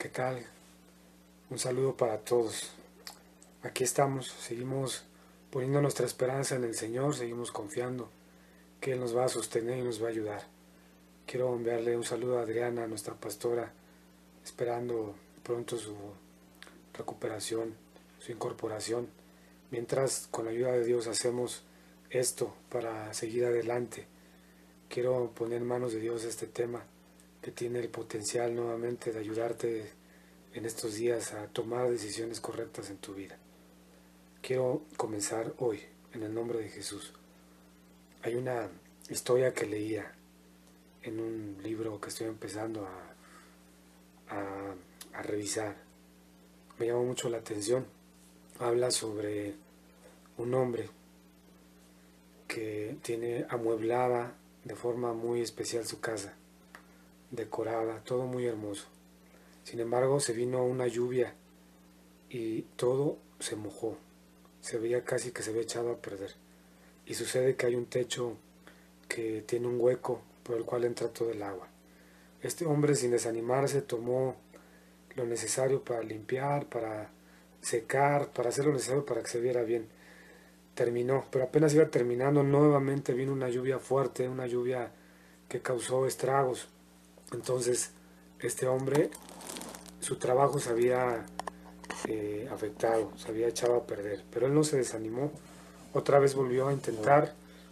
¿qué tal? Un saludo para todos. Aquí estamos, seguimos poniendo nuestra esperanza en el Señor, seguimos confiando que Él nos va a sostener y nos va a ayudar. Quiero enviarle un saludo a Adriana, nuestra pastora, esperando pronto su recuperación, su incorporación, mientras con la ayuda de Dios hacemos esto para seguir adelante. Quiero poner en manos de Dios este tema que tiene el potencial nuevamente de ayudarte en estos días a tomar decisiones correctas en tu vida. Quiero comenzar hoy en el nombre de Jesús. Hay una historia que leía en un libro que estoy empezando a revisar. Me llamó mucho la atención. Habla sobre un hombre que tiene amueblada de forma muy especial su casa, decorada, todo muy hermoso. Sin embargo, se vino una lluvia y todo se mojó. Se veía casi que se había echado a perder. Y sucede que hay un techo que tiene un hueco por el cual entra todo el agua. Este hombre, sin desanimarse, tomó lo necesario para limpiar, para secar, para hacer lo necesario para que se viera bien. Terminó, pero apenas iba terminando, nuevamente vino una lluvia fuerte, una lluvia que causó estragos. Entonces, este hombre, su trabajo se había afectado, se había echado a perder, pero él no se desanimó, otra vez volvió a intentar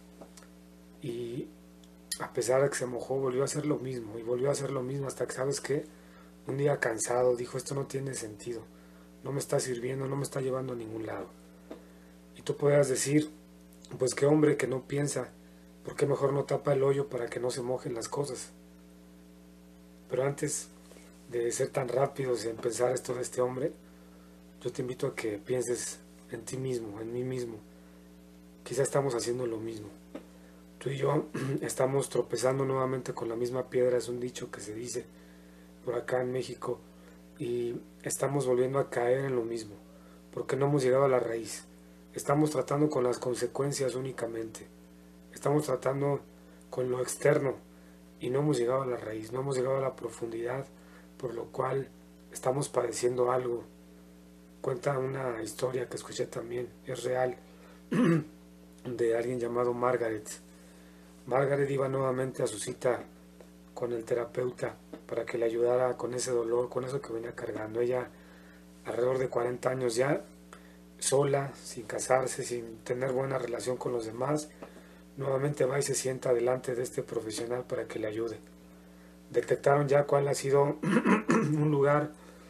y a pesar de que se mojó, volvió a hacer lo mismo y volvió a hacer lo mismo hasta que, ¿sabes qué? Un día cansado dijo, esto no tiene sentido, no me está sirviendo, no me está llevando a ningún lado. Y tú puedas decir, pues qué hombre que no piensa, ¿por qué mejor no tapa el hoyo para que no se mojen las cosas? Pero antes de ser tan rápidos en pensar esto de este hombre, yo te invito a que pienses en ti mismo, en mí mismo. Quizá estamos haciendo lo mismo. Tú y yo estamos tropezando nuevamente con la misma piedra, es un dicho que se dice por acá en México, y estamos volviendo a caer en lo mismo, porque no hemos llegado a la raíz. Estamos tratando con las consecuencias únicamente. Estamos tratando con lo externo y no hemos llegado a la raíz, no hemos llegado a la profundidad, por lo cual estamos padeciendo algo. Cuenta una historia que escuché también, es real, de alguien llamado Margaret. Margaret iba nuevamente a su cita con el terapeuta para que le ayudara con ese dolor, con eso que venía cargando. Ella, alrededor de 40 años ya, sola, sin casarse, sin tener buena relación con los demás, nuevamente va y se sienta delante de este profesional para que le ayude. Detectaron ya cuál ha sido un lugar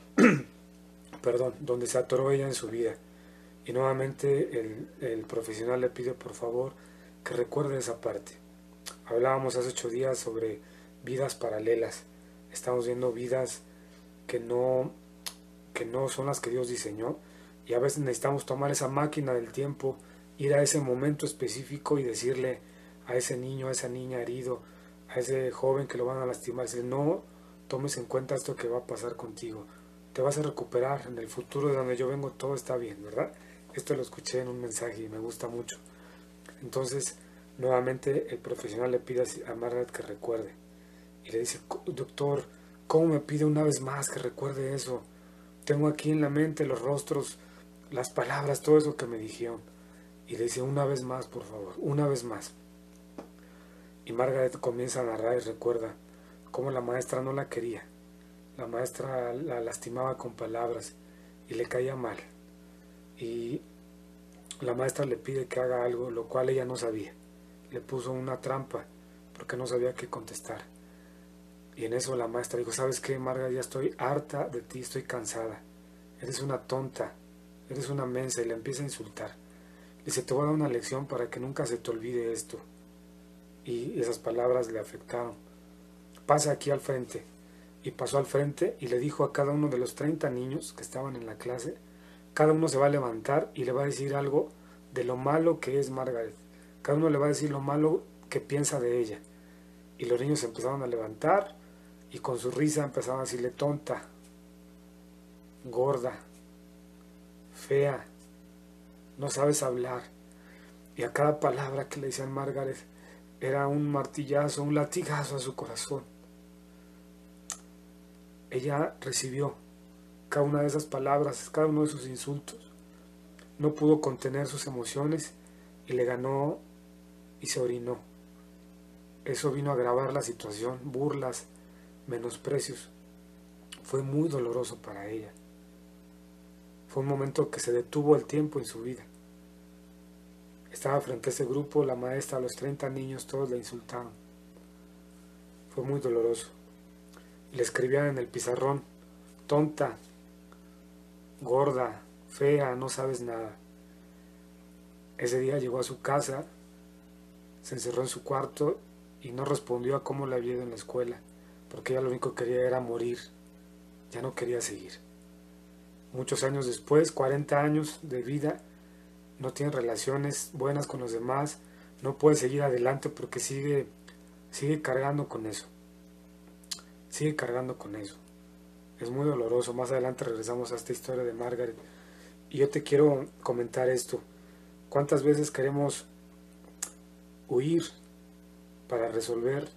donde se atoró ella en su vida. Y nuevamente el profesional le pide por favor que recuerde esa parte. Hablábamos hace 8 días sobre vidas paralelas. Estamos viendo vidas que no son las que Dios diseñó. Y a veces necesitamos tomar esa máquina del tiempo, ir a ese momento específico y decirle a ese niño, a esa niña herido, a ese joven que lo van a lastimar, decirle, no tomes en cuenta esto que va a pasar contigo. Te vas a recuperar en el futuro, de donde yo vengo todo está bien, ¿verdad? Esto lo escuché en un mensaje y me gusta mucho. Entonces, nuevamente el profesional le pide a Margaret que recuerde. Y le dice, doctor, ¿cómo me pide una vez más que recuerde eso? Tengo aquí en la mente los rostros, las palabras, todo eso que me dijeron. Y le dice, una vez más, por favor, una vez más. Y Margaret comienza a narrar y recuerda cómo la maestra no la quería. La maestra la lastimaba con palabras y le caía mal. Y la maestra le pide que haga algo, lo cual ella no sabía. Le puso una trampa porque no sabía qué contestar. Y en eso la maestra dijo, ¿sabes qué, Margaret? Ya estoy harta de ti, estoy cansada. Eres una tonta, eres una mensa, y le empieza a insultar. Le dice, te voy a dar una lección para que nunca se te olvide esto. Y esas palabras le afectaron. Pasa aquí al frente. Y pasó al frente y le dijo a cada uno de los 30 niños que estaban en la clase, cada uno se va a levantar y le va a decir algo de lo malo que es Margaret. Cada uno le va a decir lo malo que piensa de ella. Y los niños se empezaron a levantar y con su risa empezaron a decirle tonta, gorda, fea, no sabes hablar. Y a cada palabra que le decían Margaret era un martillazo, un latigazo a su corazón. Ella recibió cada una de esas palabras, cada uno de sus insultos. No pudo contener sus emociones y le ganó y se orinó. Eso vino a agravar la situación, burlas, menosprecios. Fue muy doloroso para ella. Fue un momento que se detuvo el tiempo en su vida. Estaba frente a ese grupo, la maestra, los 30 niños, todos la insultaron. Fue muy doloroso. Le escribían en el pizarrón: tonta, gorda, fea, no sabes nada. Ese día llegó a su casa, se encerró en su cuarto y no respondió a cómo le había ido en la escuela, porque ella lo único que quería era morir, ya no quería seguir. Muchos años después, 40 años de vida, no tiene relaciones buenas con los demás, no puede seguir adelante porque sigue cargando con eso. Sigue cargando con eso. Es muy doloroso. Más adelante regresamos a esta historia de Margaret. Y yo te quiero comentar esto. ¿Cuántas veces queremos huir para resolver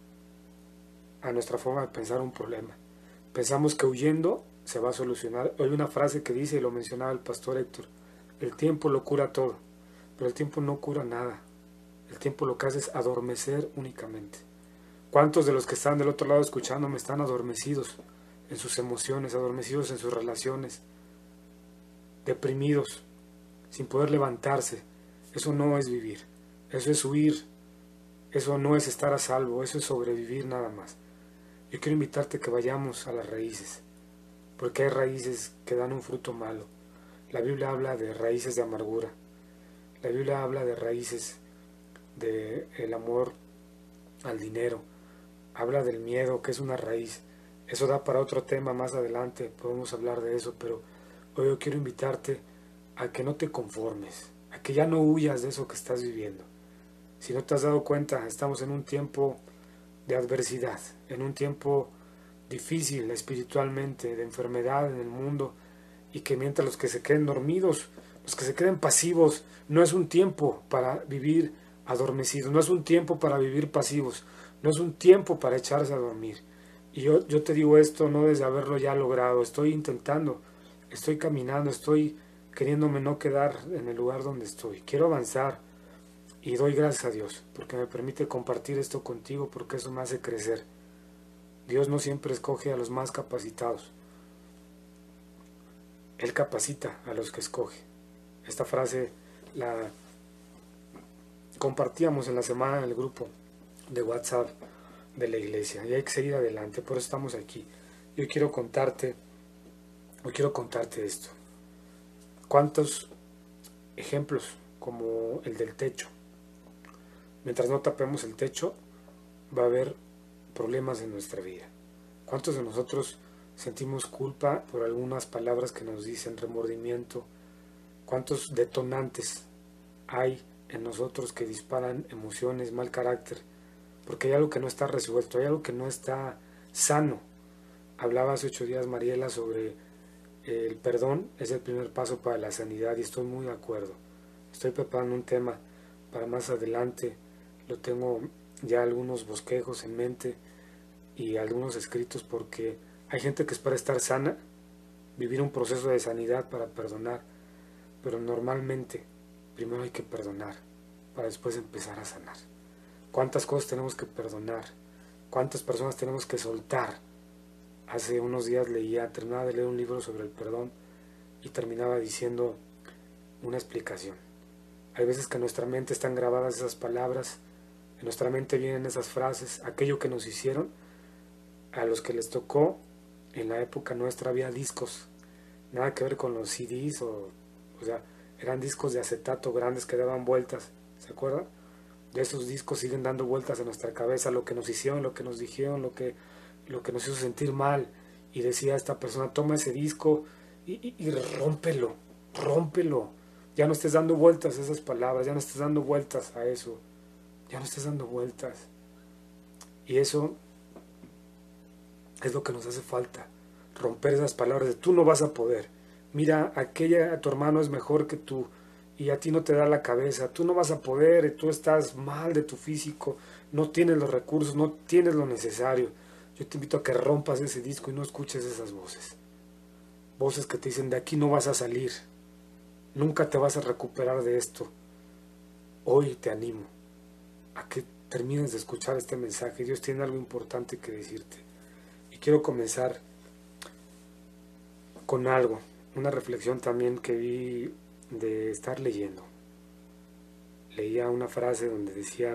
a nuestra forma de pensar un problema? Pensamos que huyendo se va a solucionar. Hay una frase que dice, y lo mencionaba el pastor Héctor: el tiempo lo cura todo, pero el tiempo no cura nada. El tiempo lo que hace es adormecer únicamente. ¿Cuántos de los que están del otro lado escuchándome están adormecidos en sus emociones, adormecidos en sus relaciones, deprimidos, sin poder levantarse? Eso no es vivir, eso es huir, eso no es estar a salvo, eso es sobrevivir nada más. Yo quiero invitarte a que vayamos a las raíces, porque hay raíces que dan un fruto malo. La Biblia habla de raíces de amargura, la Biblia habla de raíces del amor al dinero, habla del miedo, que es una raíz. Eso da para otro tema más adelante, podemos hablar de eso, pero hoy yo quiero invitarte a que no te conformes, a que ya no huyas de eso que estás viviendo. Si no te has dado cuenta, estamos en un tiempo de adversidad, en un tiempo difícil espiritualmente, de enfermedad en el mundo, y que mientras los que se queden dormidos, los que se queden pasivos, no es un tiempo para vivir adormecidos, no es un tiempo para vivir pasivos, no es un tiempo para echarse a dormir. Y yo te digo esto no desde haberlo ya logrado, estoy intentando, estoy caminando, estoy queriéndome no quedar en el lugar donde estoy, quiero avanzar y doy gracias a Dios porque me permite compartir esto contigo, porque eso me hace crecer. Dios no siempre escoge a los más capacitados, Él capacita a los que escoge. Esta frase la compartíamos en la semana en el grupo de WhatsApp de la iglesia y hay que seguir adelante, por eso estamos aquí. Yo quiero contarte esto. ¿Cuántos ejemplos como el del techo? Mientras no tapemos el techo, va a haber problemas en nuestra vida. ¿Cuántos de nosotros sentimos culpa por algunas palabras que nos dicen, remordimiento? ¿Cuántos detonantes hay en nosotros que disparan emociones, mal carácter? Porque hay algo que no está resuelto, hay algo que no está sano. Hablaba hace 8 días Mariela sobre el perdón es el primer paso para la sanidad y estoy muy de acuerdo. Estoy preparando un tema para más adelante, lo tengo ya algunos bosquejos en mente y algunos escritos, porque hay gente que espera estar sana, vivir un proceso de sanidad para perdonar, pero normalmente primero hay que perdonar para después empezar a sanar. ¿Cuántas cosas tenemos que perdonar? ¿Cuántas personas tenemos que soltar? Hace unos días terminaba de leer un libro sobre el perdón y terminaba diciendo una explicación. Hay veces que en nuestra mente están grabadas esas palabras, en nuestra mente vienen esas frases, aquello que nos hicieron. A los que les tocó, en la época nuestra había discos, nada que ver con los CDs, o sea, eran discos de acetato grandes que daban vueltas, ¿se acuerdan? De esos discos siguen dando vueltas en nuestra cabeza, lo que nos hicieron, lo que nos dijeron, lo que nos hizo sentir mal. Y decía esta persona, toma ese disco y rómpelo, ya no estés dando vueltas a esas palabras, ya no estés dando vueltas a eso, ya no estés dando vueltas. Y eso es lo que nos hace falta, romper esas palabras de tú no vas a poder, mira, tu hermano es mejor que tú y a ti no te da la cabeza, tú no vas a poder, tú estás mal de tu físico, no tienes los recursos, no tienes lo necesario. Yo te invito a que rompas ese disco y no escuches esas voces. voces que te dicen de aquí no vas a salir, nunca te vas a recuperar de esto. Hoy te animo a que termines de escuchar este mensaje. Dios tiene algo importante que decirte. Y quiero comenzar con algo, una reflexión también que vi de estar leyendo. Leía una frase donde decía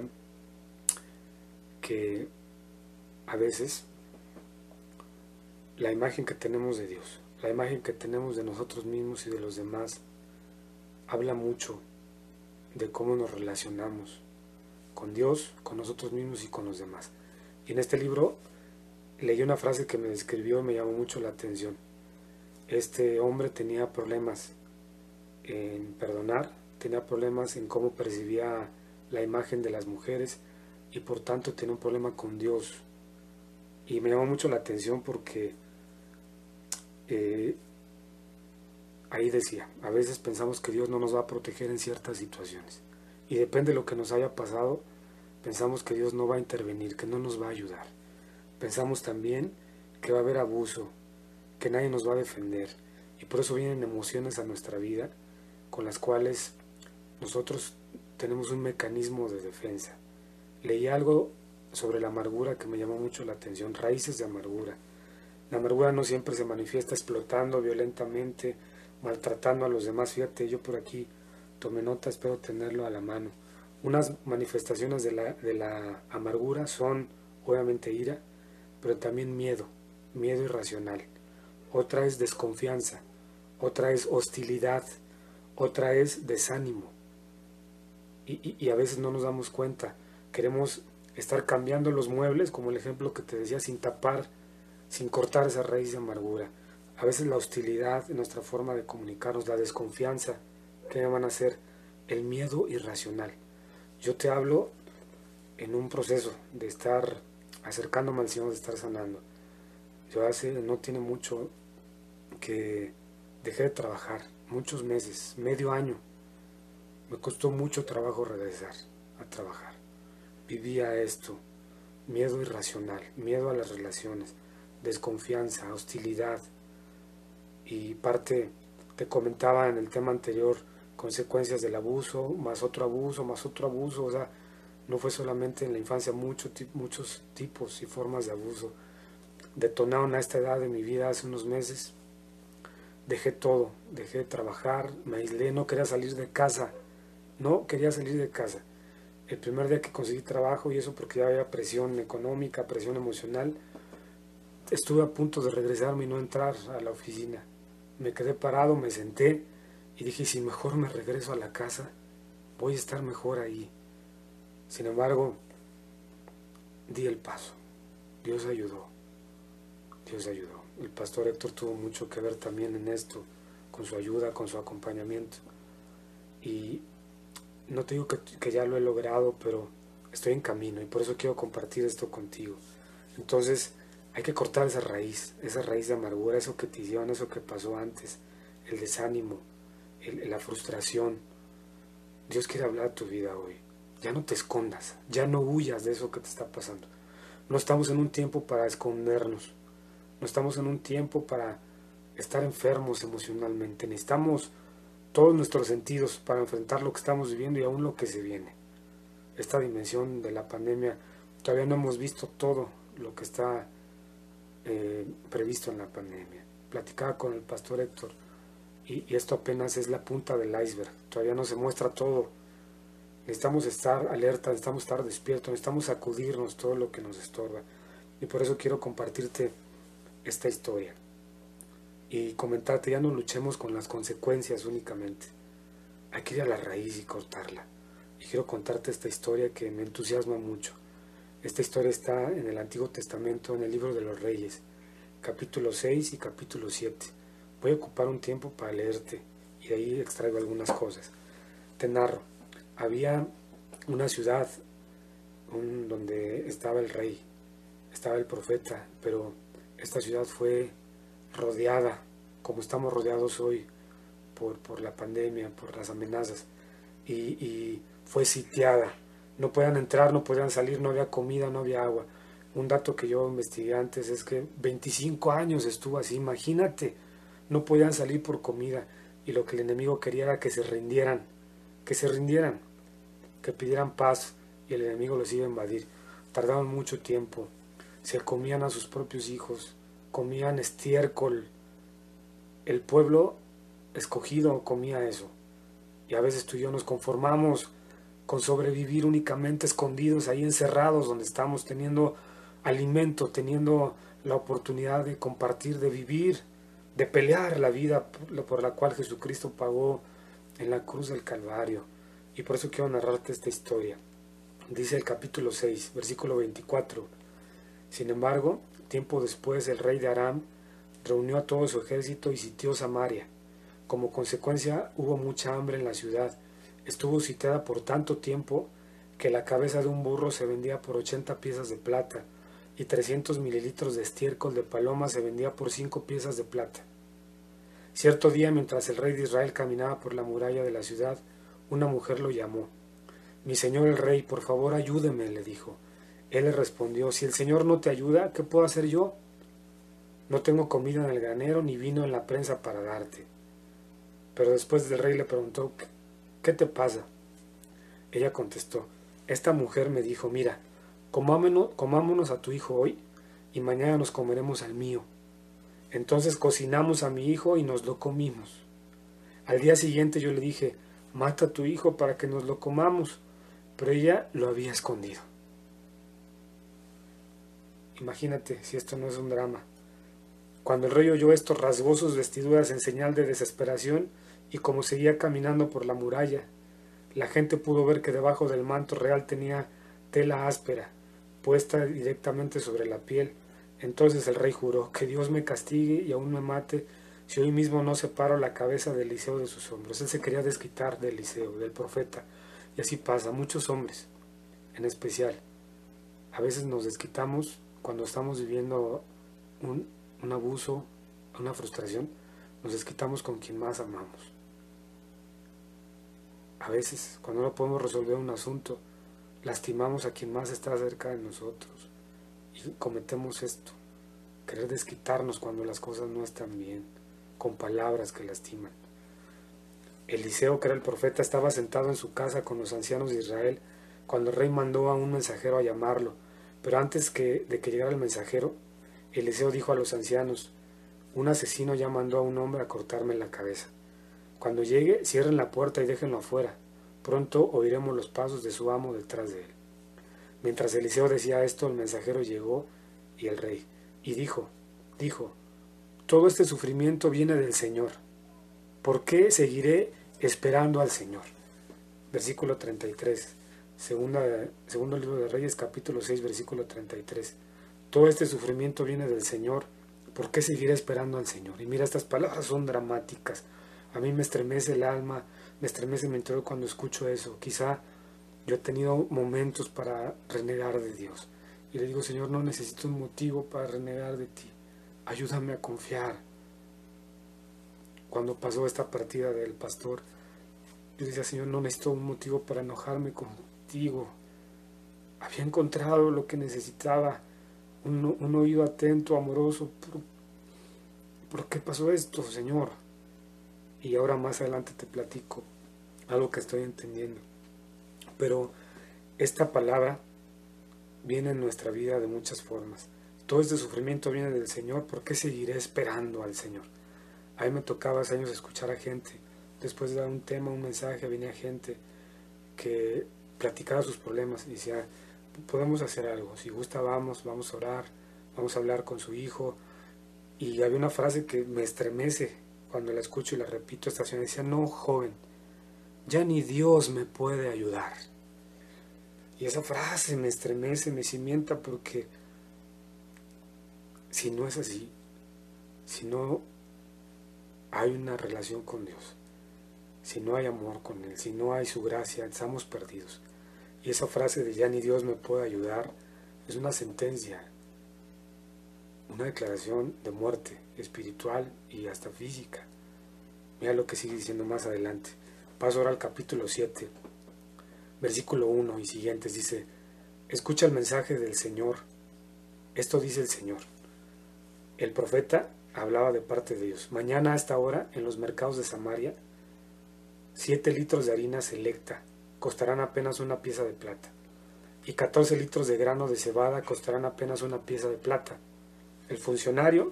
que a veces la imagen que tenemos de Dios, la imagen que tenemos de nosotros mismos y de los demás, habla mucho de cómo nos relacionamos con Dios, con nosotros mismos y con los demás. Y en este libro leí una frase que me describió y me llamó mucho la atención. Este hombre tenía problemas en perdonar, tenía problemas en cómo percibía la imagen de las mujeres y por tanto tenía un problema con Dios. Y me llamó mucho la atención porque ahí decía, a veces pensamos que Dios no nos va a proteger en ciertas situaciones. Y depende de lo que nos haya pasado, pensamos que Dios no va a intervenir, que no nos va a ayudar. Pensamos también que va a haber abuso, que nadie nos va a defender. Y por eso vienen emociones a nuestra vida con las cuales nosotros tenemos un mecanismo de defensa. Leí algo sobre la amargura que me llamó mucho la atención, raíces de amargura. La amargura no siempre se manifiesta explotando violentamente, maltratando a los demás. Fíjate, yo por aquí tomé nota, espero tenerlo a la mano. Unas manifestaciones de la amargura son obviamente ira, pero también miedo irracional. Otra es desconfianza, otra es hostilidad, otra es desánimo. Y a veces no nos damos cuenta. Queremos estar cambiando los muebles, como el ejemplo que te decía, sin tapar, sin cortar esa raíz de amargura. A veces la hostilidad en nuestra forma de comunicarnos, la desconfianza, ¿qué me van a hacer? El miedo irracional. Yo te hablo en un proceso de estar acercándome al Señor, de estar sanando. Yo no tiene mucho que dejé de trabajar, muchos meses, medio año. Me costó mucho trabajo regresar a trabajar. Vivía esto, miedo irracional, miedo a las relaciones, desconfianza, hostilidad. Y parte, te comentaba en el tema anterior, consecuencias del abuso, más otro abuso, más otro abuso. O sea, no fue solamente en la infancia, muchos tipos y formas de abuso. Detonaron a esta edad de mi vida hace unos meses. Dejé todo, dejé de trabajar, me aislé, no quería salir de casa. No quería salir de casa. El primer día que conseguí trabajo, y eso porque ya había presión económica, presión emocional, estuve a punto de regresarme y no entrar a la oficina. Me quedé parado, me senté y dije, si mejor me regreso a la casa, voy a estar mejor ahí. Sin embargo, di el paso. Dios ayudó. Dios ayudó. El pastor Héctor tuvo mucho que ver también en esto, con su ayuda, con su acompañamiento. Y no te digo que ya lo he logrado, pero estoy en camino y por eso quiero compartir esto contigo. Entonces hay que cortar esa raíz de amargura, eso que te hicieron, eso que pasó antes, el desánimo, la frustración. Dios quiere hablar a tu vida hoy. Ya no te escondas, ya no huyas de eso que te está pasando. No estamos en un tiempo para escondernos, no estamos en un tiempo para estar enfermos emocionalmente. Necesitamos todos nuestros sentidos para enfrentar lo que estamos viviendo y aún lo que se viene. Esta dimensión de la pandemia, todavía no hemos visto todo lo que está previsto en la pandemia. Platicaba con el pastor Héctor y esto apenas es la punta del iceberg, todavía no se muestra todo. Necesitamos estar alerta, necesitamos estar despiertos, necesitamos sacudirnos todo lo que nos estorba. Y por eso quiero compartirte esta historia y comentarte, ya no luchemos con las consecuencias únicamente. Hay que ir a la raíz y cortarla. Y quiero contarte esta historia que me entusiasma mucho. Esta historia está en el Antiguo Testamento, en el libro de los Reyes, capítulo 6 y capítulo 7. Voy a ocupar un tiempo para leerte y de ahí extraigo algunas cosas. Te narro. Había una ciudad donde estaba el rey, estaba el profeta, pero esta ciudad fue rodeada, como estamos rodeados hoy, por la pandemia, por las amenazas, y fue sitiada. No podían entrar, no podían salir, no había comida, no había agua. Un dato que yo investigué antes es que 25 años estuvo así, imagínate, no podían salir por comida, y lo que el enemigo quería era que se rindieran, que pidieran paz, y el enemigo los iba a invadir. Tardaban mucho tiempo, se comían a sus propios hijos, comían estiércol, el pueblo escogido comía eso, y a veces tú y yo nos conformamos con sobrevivir únicamente escondidos ahí encerrados donde estamos teniendo alimento, teniendo la oportunidad de compartir, de vivir, de pelear la vida por la cual Jesucristo pagó en la cruz del Calvario. Y por eso quiero narrarte esta historia. Dice el capítulo 6, versículo 24. Sin embargo, tiempo después el rey de Aram reunió a todo su ejército y sitió Samaria. Como consecuencia hubo mucha hambre en la ciudad. Estuvo sitiada por tanto tiempo que la cabeza de un burro se vendía por 80 piezas de plata y 300 mililitros de estiércol de paloma se vendía por 5 piezas de plata. Cierto día, mientras el rey de Israel caminaba por la muralla de la ciudad, una mujer lo llamó. Mi señor el rey, por favor ayúdeme, le dijo. Él le respondió, si el Señor no te ayuda, ¿qué puedo hacer yo? No tengo comida en el granero ni vino en la prensa para darte. Pero después el rey le preguntó, ¿qué te pasa? Ella contestó, esta mujer me dijo, mira, comámonos a tu hijo hoy y mañana nos comeremos al mío. Entonces cocinamos a mi hijo y nos lo comimos. Al día siguiente yo le dije, mata a tu hijo para que nos lo comamos, pero ella lo había escondido. Imagínate si esto no es un drama. Cuando el rey oyó esto, rasgó sus vestiduras en señal de desesperación y como seguía caminando por la muralla, la gente pudo ver que debajo del manto real tenía tela áspera, puesta directamente sobre la piel. Entonces el rey juró, que Dios me castigue y aún me mate si hoy mismo no separo la cabeza de Eliseo de sus hombros. Él se quería desquitar de Eliseo, del profeta. Y así pasa, muchos hombres, en especial. A veces nos desquitamos cuando estamos viviendo un abuso, una frustración, nos desquitamos con quien más amamos. A veces, cuando no podemos resolver un asunto, lastimamos a quien más está cerca de nosotros. Y cometemos esto, querer desquitarnos cuando las cosas no están bien, con palabras que lastiman. Eliseo, que era el profeta, estaba sentado en su casa con los ancianos de Israel, cuando el rey mandó a un mensajero a llamarlo. Pero antes de que llegara el mensajero, Eliseo dijo a los ancianos, un asesino ya mandó a un hombre a cortarme la cabeza. Cuando llegue, cierren la puerta y déjenlo afuera. Pronto oiremos los pasos de su amo detrás de él. Mientras Eliseo decía esto, el mensajero llegó y el rey, y dijo, todo este sufrimiento viene del Señor. ¿Por qué seguiré esperando al Señor? Versículo 33, segundo libro de Reyes, capítulo 6, versículo 33. Todo este sufrimiento viene del Señor. ¿Por qué seguiré esperando al Señor? Y mira, estas palabras son dramáticas. A mí me estremece el alma, me estremece mi interior cuando escucho eso. Quizá yo he tenido momentos para renegar de Dios. Y le digo, Señor, no necesito un motivo para renegar de ti. Ayúdame a confiar. Cuando pasó esta partida del pastor, yo decía, Señor, no necesito un motivo para enojarme contigo. Había encontrado lo que necesitaba, un oído atento, amoroso. ¿Por qué pasó esto, Señor? Y ahora más adelante te platico algo que estoy entendiendo. Pero esta palabra viene en nuestra vida de muchas formas. Todo este sufrimiento viene del Señor. ¿Por qué seguiré esperando al Señor? A mí me tocaba hace años escuchar a gente. Después de dar un tema, un mensaje, venía gente que platicaba sus problemas y decía, podemos hacer algo. Si gusta, vamos a orar, vamos a hablar con su hijo. Y había una frase que me estremece cuando la escucho y la repito esta ocasión. Decía, no, joven, ya ni Dios me puede ayudar. Y esa frase me estremece, me cimienta, porque si no es así, si no hay una relación con Dios, si no hay amor con Él, si no hay su gracia, estamos perdidos. Y esa frase de ya ni Dios me puede ayudar es una sentencia, una declaración de muerte espiritual y hasta física. Mira lo que sigue diciendo más adelante. Paso ahora al capítulo 7, versículo 1 y siguientes. Dice, escucha el mensaje del Señor. Esto dice el Señor. El profeta hablaba de parte de Dios. Mañana a esta hora, en los mercados de Samaria, 7 litros de harina selecta costarán apenas una pieza de plata, y 14 litros de grano de cebada costarán apenas una pieza de plata. El funcionario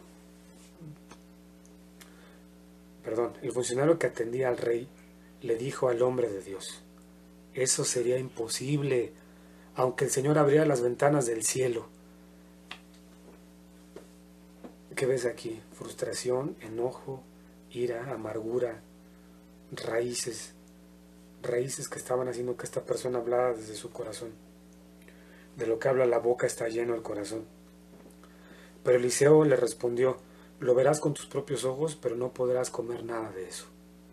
que atendía al rey le dijo al hombre de Dios: eso sería imposible, aunque el Señor abriera las ventanas del cielo. ¿Qué ves aquí? Frustración, enojo, ira, amargura, raíces que estaban haciendo que esta persona hablara desde su corazón. De lo que habla la boca está lleno el corazón. Pero Eliseo le respondió: lo verás con tus propios ojos, pero no podrás comer nada de eso.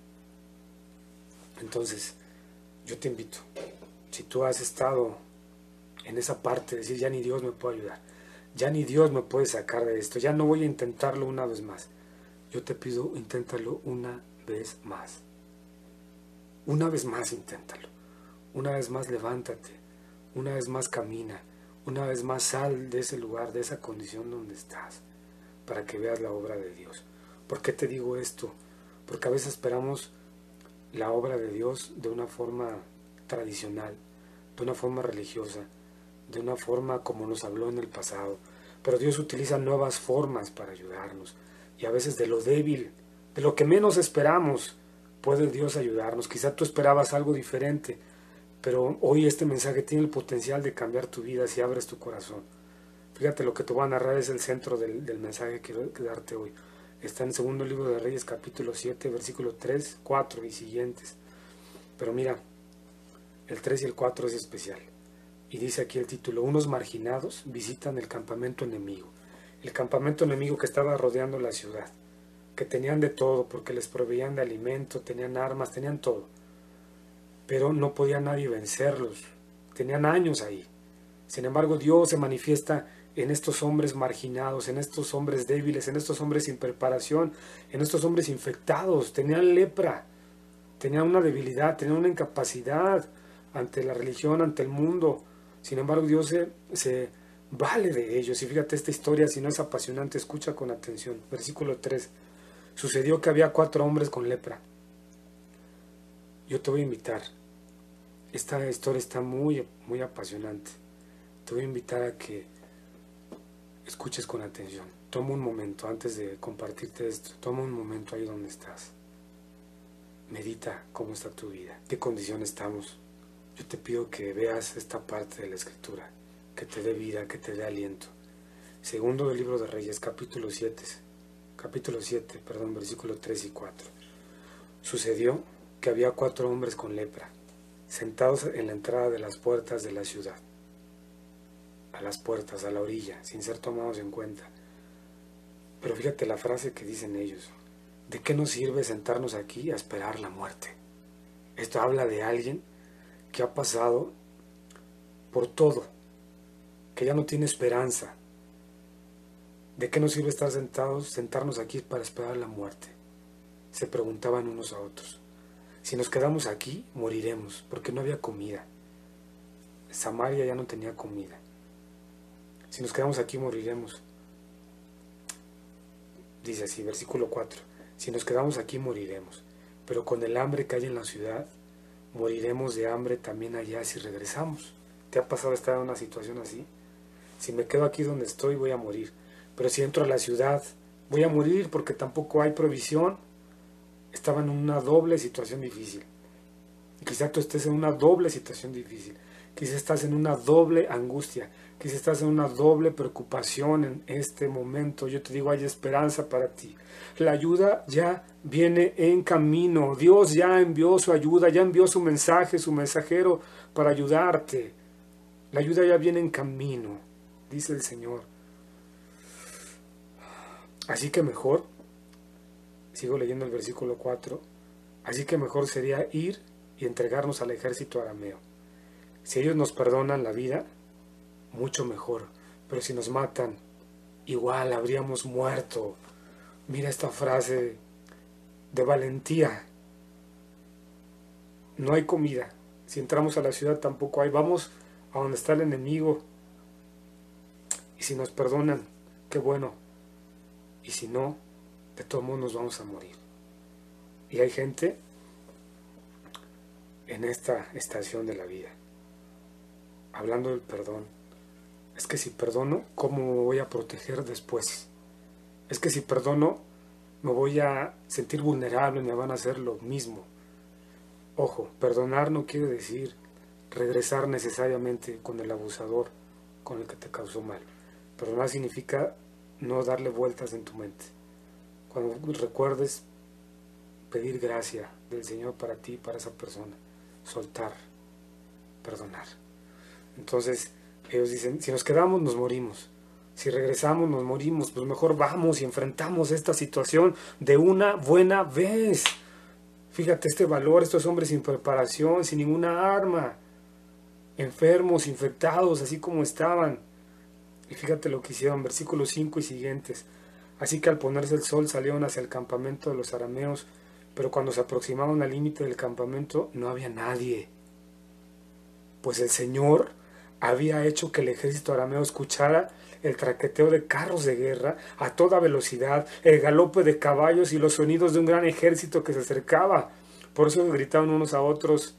Entonces, yo te invito, si tú has estado en esa parte de decir, ya ni Dios me puede ayudar, ya ni Dios me puede sacar de esto, ya no voy a intentarlo una vez más, yo te pido, inténtalo una vez más. Una vez más inténtalo. Una vez más levántate. Una vez más camina. Una vez más sal de ese lugar, de esa condición donde estás, para que veas la obra de Dios. ¿Por qué te digo esto? Porque a veces esperamos la obra de Dios de una forma tradicional, de una forma religiosa, de una forma como nos habló en el pasado. Pero Dios utiliza nuevas formas para ayudarnos. Y a veces de lo débil, de lo que menos esperamos, puede Dios ayudarnos. Quizá tú esperabas algo diferente, pero hoy este mensaje tiene el potencial de cambiar tu vida si abres tu corazón. Fíjate, lo que te voy a narrar es el centro del mensaje que quiero darte hoy. Está en segundo libro de Reyes, capítulo 7, versículo 3, 4 y siguientes. Pero mira, el 3 y el 4 es especial. Y dice aquí el título: unos marginados visitan el campamento enemigo. El campamento enemigo que estaba rodeando la ciudad, que tenían de todo, porque les proveían de alimento, tenían armas, tenían todo. Pero no podía nadie vencerlos. Tenían años ahí. Sin embargo, Dios se manifiesta en estos hombres marginados, en estos hombres débiles, en estos hombres sin preparación, en estos hombres infectados. Tenían lepra, tenían una debilidad, tenían una incapacidad ante la religión, ante el mundo. Sin embargo, Dios se vale de ellos. Y fíjate esta historia, si no es apasionante, escucha con atención. Versículo 3. Sucedió que había 4 hombres con lepra. Yo te voy a invitar. Esta historia está muy, muy apasionante. Te voy a invitar a que escuches con atención. Toma un momento antes de compartirte esto. Toma un momento ahí donde estás. Medita cómo está tu vida, qué condición estamos. Yo te pido que veas esta parte de la Escritura, que te dé vida, que te dé aliento. Segundo del libro de Reyes, capítulo 7, versículo 3 y 4. Sucedió que había 4 hombres con lepra, sentados en la entrada de las puertas de la ciudad. A las puertas, a la orilla, sin ser tomados en cuenta. Pero fíjate la frase que dicen ellos: ¿de qué nos sirve sentarnos aquí a esperar la muerte? Esto habla de alguien que ha pasado por todo, que ya no tiene esperanza. ¿De qué nos sirve sentarnos aquí para esperar la muerte? Se preguntaban unos a otros. Si nos quedamos aquí, moriremos, porque no había comida. Samaria ya no tenía comida. Si nos quedamos aquí, moriremos. Dice así, versículo 4. Si nos quedamos aquí, moriremos. Pero con el hambre que hay en la ciudad, moriremos de hambre también allá si regresamos. ¿Te ha pasado estar en una situación así? Si me quedo aquí donde estoy, voy a morir. Pero si entro a la ciudad, voy a morir porque tampoco hay provisión. Estaban en una doble situación difícil. Y quizá tú estés en una doble situación difícil. Quizá estás en una doble angustia. Quizá estás en una doble preocupación en este momento. Yo te digo, hay esperanza para ti. La ayuda ya viene en camino. Dios ya envió su ayuda, ya envió su mensaje, su mensajero para ayudarte. La ayuda ya viene en camino, dice el Señor. Así que mejor, sigo leyendo el versículo 4, así que mejor sería ir y entregarnos al ejército arameo. Si ellos nos perdonan la vida, mucho mejor. Pero si nos matan, igual habríamos muerto. Mira esta frase de valentía. No hay comida. Si entramos a la ciudad tampoco hay. Vamos a donde está el enemigo. Y si nos perdonan, qué bueno. Y si no, de todos modos nos vamos a morir. Y hay gente en esta estación de la vida, hablando del perdón. Es que si perdono, ¿cómo me voy a proteger después? Es que si perdono, me voy a sentir vulnerable, me van a hacer lo mismo. Ojo, perdonar no quiere decir regresar necesariamente con el abusador, con el que te causó mal. Perdonar significa no darle vueltas en tu mente. Cuando recuerdes, pedir gracia del Señor para ti, para esa persona, soltar, perdonar. Entonces, ellos dicen, si nos quedamos, nos morimos. Si regresamos, nos morimos. Pues mejor vamos y enfrentamos esta situación de una buena vez. Fíjate este valor, estos hombres sin preparación, sin ninguna arma, enfermos, infectados, así como estaban. Y fíjate lo que hicieron, versículos 5 y siguientes. Así que al ponerse el sol salieron hacia el campamento de los arameos, pero cuando se aproximaban al límite del campamento no había nadie. Pues el Señor había hecho que el ejército arameo escuchara el traqueteo de carros de guerra a toda velocidad, el galope de caballos y los sonidos de un gran ejército que se acercaba. Por eso gritaban unos a otros: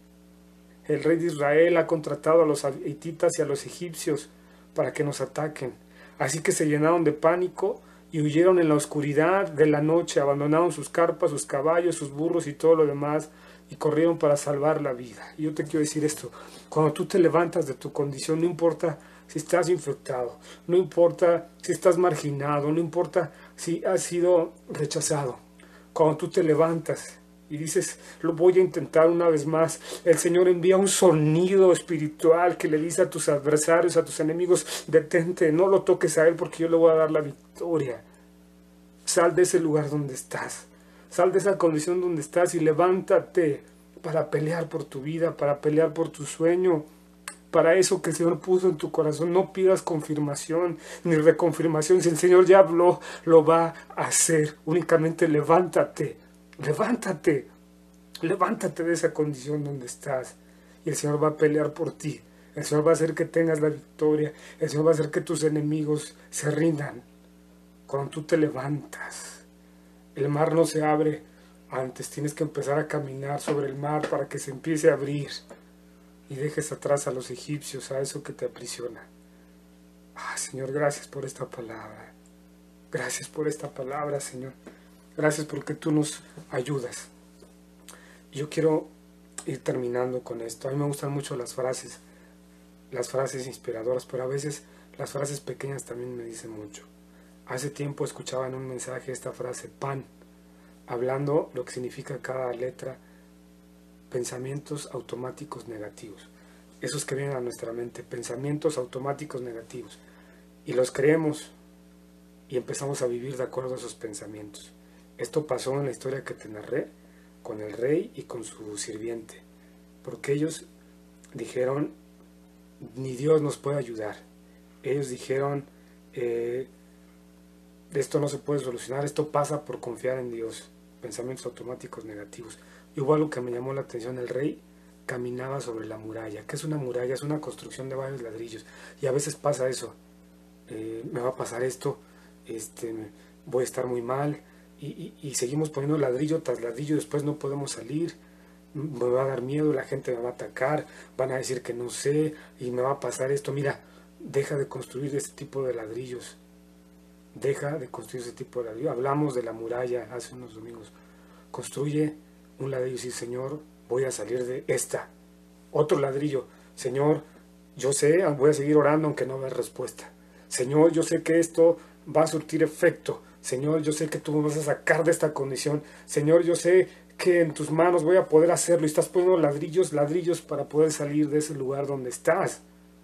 el rey de Israel ha contratado a los hititas y a los egipcios para que nos ataquen. Así que se llenaron de pánico y huyeron en la oscuridad de la noche, abandonaron sus carpas, sus caballos, sus burros y todo lo demás, y corrieron para salvar la vida. Y yo te quiero decir esto: cuando tú te levantas de tu condición, no importa si estás infectado, no importa si estás marginado, no importa si has sido rechazado, cuando tú te levantas y dices, lo voy a intentar una vez más, el Señor envía un sonido espiritual que le dice a tus adversarios, a tus enemigos: detente, no lo toques a él porque yo le voy a dar la victoria. Sal de ese lugar donde estás, sal de esa condición donde estás y levántate para pelear por tu vida, para pelear por tu sueño, para eso que el Señor puso en tu corazón. No pidas confirmación ni reconfirmación. Si el Señor ya habló, lo va a hacer. Únicamente levántate, levántate, levántate de esa condición donde estás. Y el Señor va a pelear por ti. El Señor va a hacer que tengas la victoria. El Señor va a hacer que tus enemigos se rindan. Cuando tú te levantas, el mar no se abre antes. Tienes que empezar a caminar sobre el mar para que se empiece a abrir. Y dejes atrás a los egipcios, a eso que te aprisiona. Señor, gracias por esta palabra. Gracias por esta palabra, Señor. Gracias porque tú nos ayudas. Yo quiero ir terminando con esto. A mí me gustan mucho las frases inspiradoras, pero a veces las frases pequeñas también me dicen mucho. Hace tiempo escuchaba en un mensaje esta frase, pan, hablando lo que significa cada letra: pensamientos automáticos negativos. Esos que vienen a nuestra mente, pensamientos automáticos negativos. Y los creemos y empezamos a vivir de acuerdo a esos pensamientos. Esto pasó en la historia que te narré con el rey y con su sirviente. Porque ellos dijeron, ni Dios nos puede ayudar. Ellos dijeron, esto no se puede solucionar, esto pasa por confiar en Dios. Pensamientos automáticos negativos. Y hubo algo que me llamó la atención: el rey caminaba sobre la muralla. ¿Qué es una muralla? Es una construcción de varios ladrillos. Y a veces pasa eso. Me va a pasar esto, voy a estar muy mal. Y seguimos poniendo ladrillo tras ladrillo, después no podemos salir. Me va a dar miedo, la gente me va a atacar, van a decir que no sé, y me va a pasar esto. Mira, deja de construir este tipo de ladrillos. Deja de construir ese tipo de ladrillo. Hablamos de la muralla hace unos domingos. Construye un ladrillo y dice: Señor, voy a salir de esta. Otro ladrillo: Señor, yo sé, voy a seguir orando aunque no vea respuesta. Señor, yo sé que esto va a surtir efecto. Señor, yo sé que tú me vas a sacar de esta condición. Señor, yo sé que en tus manos voy a poder hacerlo. Y estás poniendo ladrillos para poder salir de ese lugar donde estás.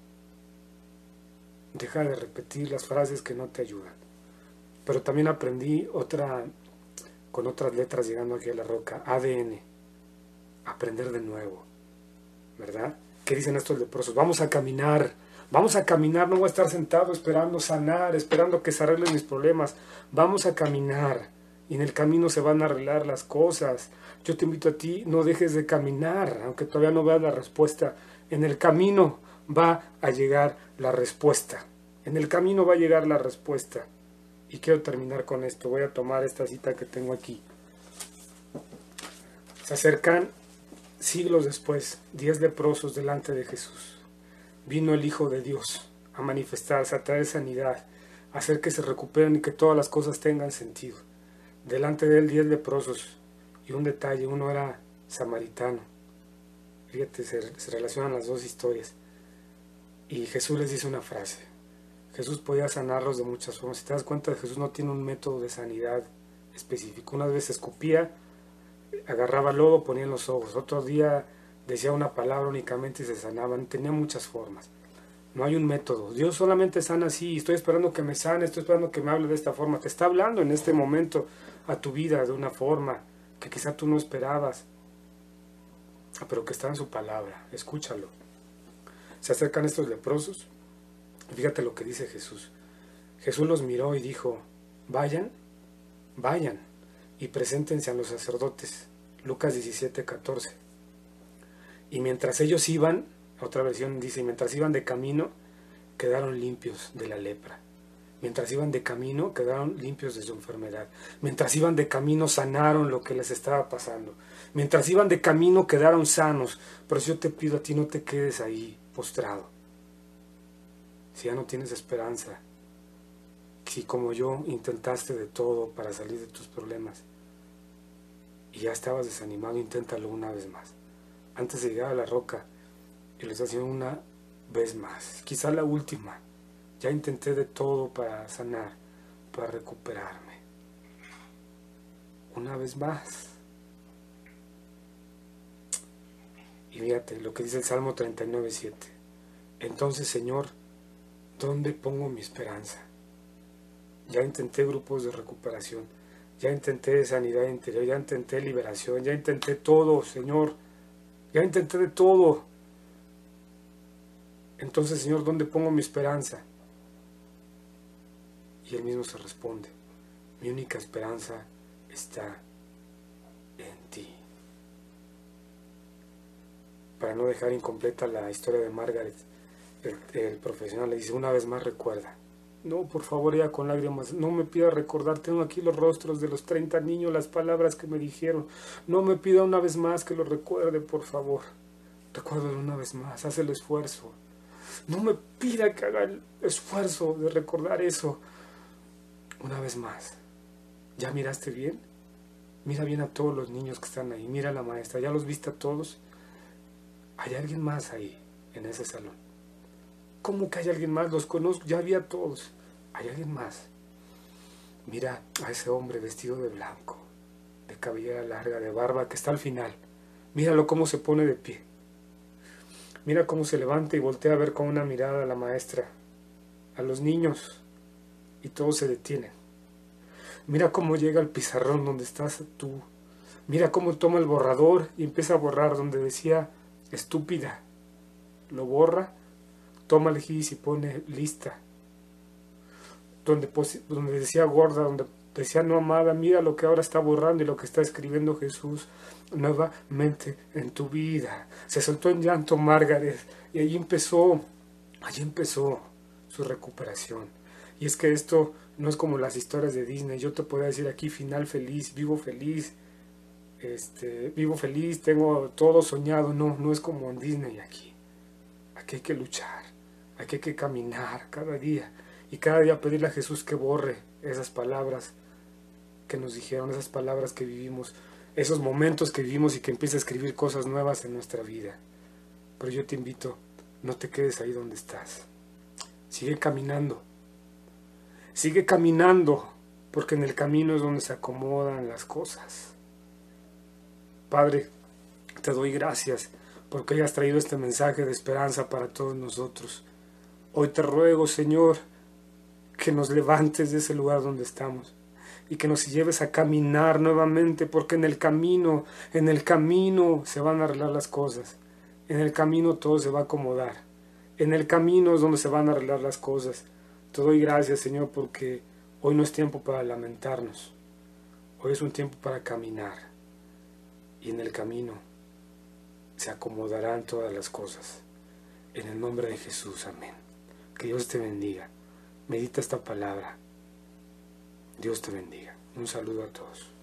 Deja de repetir las frases que no te ayudan. Pero también aprendí con otras letras llegando aquí a la roca: ADN, aprender de nuevo, ¿verdad? ¿Qué dicen estos leprosos? Vamos a caminar, no voy a estar sentado esperando sanar, esperando que se arreglen mis problemas. Vamos a caminar, y en el camino se van a arreglar las cosas. Yo te invito a ti, no dejes de caminar, aunque todavía no veas la respuesta. En el camino va a llegar la respuesta. En el camino va a llegar la respuesta. Y quiero terminar con esto. Voy a tomar esta cita que tengo aquí. Se acercan siglos después 10 leprosos delante de Jesús. Vino el Hijo de Dios a manifestarse, a traer sanidad, a hacer que se recuperen y que todas las cosas tengan sentido. Delante de él 10 leprosos. Y un detalle, uno era samaritano. Fíjate, se relacionan las dos historias. Y Jesús les dice una frase. Jesús podía sanarlos de muchas formas. Si te das cuenta, Jesús no tiene un método de sanidad específico. Una vez escupía, agarraba lodo, ponía en los ojos. Otro día decía una palabra únicamente y se sanaban. Tenía muchas formas. No hay un método. Dios solamente sana así. Estoy esperando que me sane, estoy esperando que me hable de esta forma. Te está hablando en este momento a tu vida de una forma que quizá tú no esperabas, pero que está en su palabra. Escúchalo. Se acercan estos leprosos. Fíjate lo que dice Jesús. Jesús los miró y dijo, vayan y preséntense a los sacerdotes. Lucas 17:14. Y mientras ellos iban, otra versión dice, mientras iban de camino, quedaron limpios de la lepra. Mientras iban de camino, quedaron limpios de su enfermedad. Mientras iban de camino, sanaron lo que les estaba pasando. Mientras iban de camino, quedaron sanos. Por eso yo te pido a ti, no te quedes ahí postrado. Si ya no tienes esperanza, si como yo intentaste de todo para salir de tus problemas y ya estabas desanimado, inténtalo una vez más. Antes de llegar a la roca, y les hacía una vez más, quizá la última. Ya intenté de todo para sanar, para recuperarme. Una vez más. Y fíjate lo que dice el Salmo 39:7. Entonces, Señor, ¿dónde pongo mi esperanza? Ya intenté grupos de recuperación, ya intenté sanidad interior, ya intenté liberación, ya intenté todo, Señor, ya intenté de todo. Entonces, Señor, ¿dónde pongo mi esperanza? Y Él mismo se responde, mi única esperanza está en ti. Para no dejar incompleta la historia de Margaret, el profesional le dice, una vez más recuerda. No, por favor, ya con lágrimas, no me pida recordar, tengo aquí los rostros de los 30 niños, las palabras que me dijeron. No me pida una vez más que lo recuerde, por favor. Recuérdalo una vez más, haz el esfuerzo. No me pida que haga el esfuerzo de recordar eso. Una vez más. ¿Ya miraste bien? Mira bien a todos los niños que están ahí. Mira a la maestra. ¿Ya los viste a todos? ¿Hay alguien más ahí, en ese salón? ¿Cómo que hay alguien más? Los conozco. Ya vi a todos. ¿Hay alguien más? Mira a ese hombre vestido de blanco, de cabellera larga, de barba, que está al final. Míralo cómo se pone de pie. Mira cómo se levanta y voltea a ver con una mirada a la maestra, a los niños, y todos se detienen. Mira cómo llega al pizarrón donde estás tú. Mira cómo toma el borrador y empieza a borrar donde decía estúpida. Lo borra, toma el gis y pone lista. Donde decía gorda, donde decía no amada, mira lo que ahora está borrando y lo que está escribiendo Jesús nuevamente en tu vida. Se soltó en llanto Margaret y allí empezó su recuperación. Y es que esto no es como las historias de Disney. Yo te podría decir aquí final feliz, vivo feliz, tengo todo soñado. No es como en Disney aquí. Aquí hay que luchar, aquí hay que caminar cada día. Y cada día pedirle a Jesús que borre esas palabras que nos dijeron, esas palabras que vivimos, esos momentos que vivimos y que empiece a escribir cosas nuevas en nuestra vida. Pero yo te invito, no te quedes ahí donde estás. Sigue caminando, porque en el camino es donde se acomodan las cosas. Padre, te doy gracias porque hayas traído este mensaje de esperanza para todos nosotros. Hoy te ruego, Señor, que nos levantes de ese lugar donde estamos y que nos lleves a caminar nuevamente, porque en el camino se van a arreglar las cosas, en el camino todo se va a acomodar, en el camino es donde se van a arreglar las cosas. Te doy gracias, Señor, porque hoy no es tiempo para lamentarnos, hoy es un tiempo para caminar, y en el camino se acomodarán todas las cosas. En el nombre de Jesús, amén. Que Dios te bendiga. Medita esta palabra Dios te bendiga. Un saludo a todos.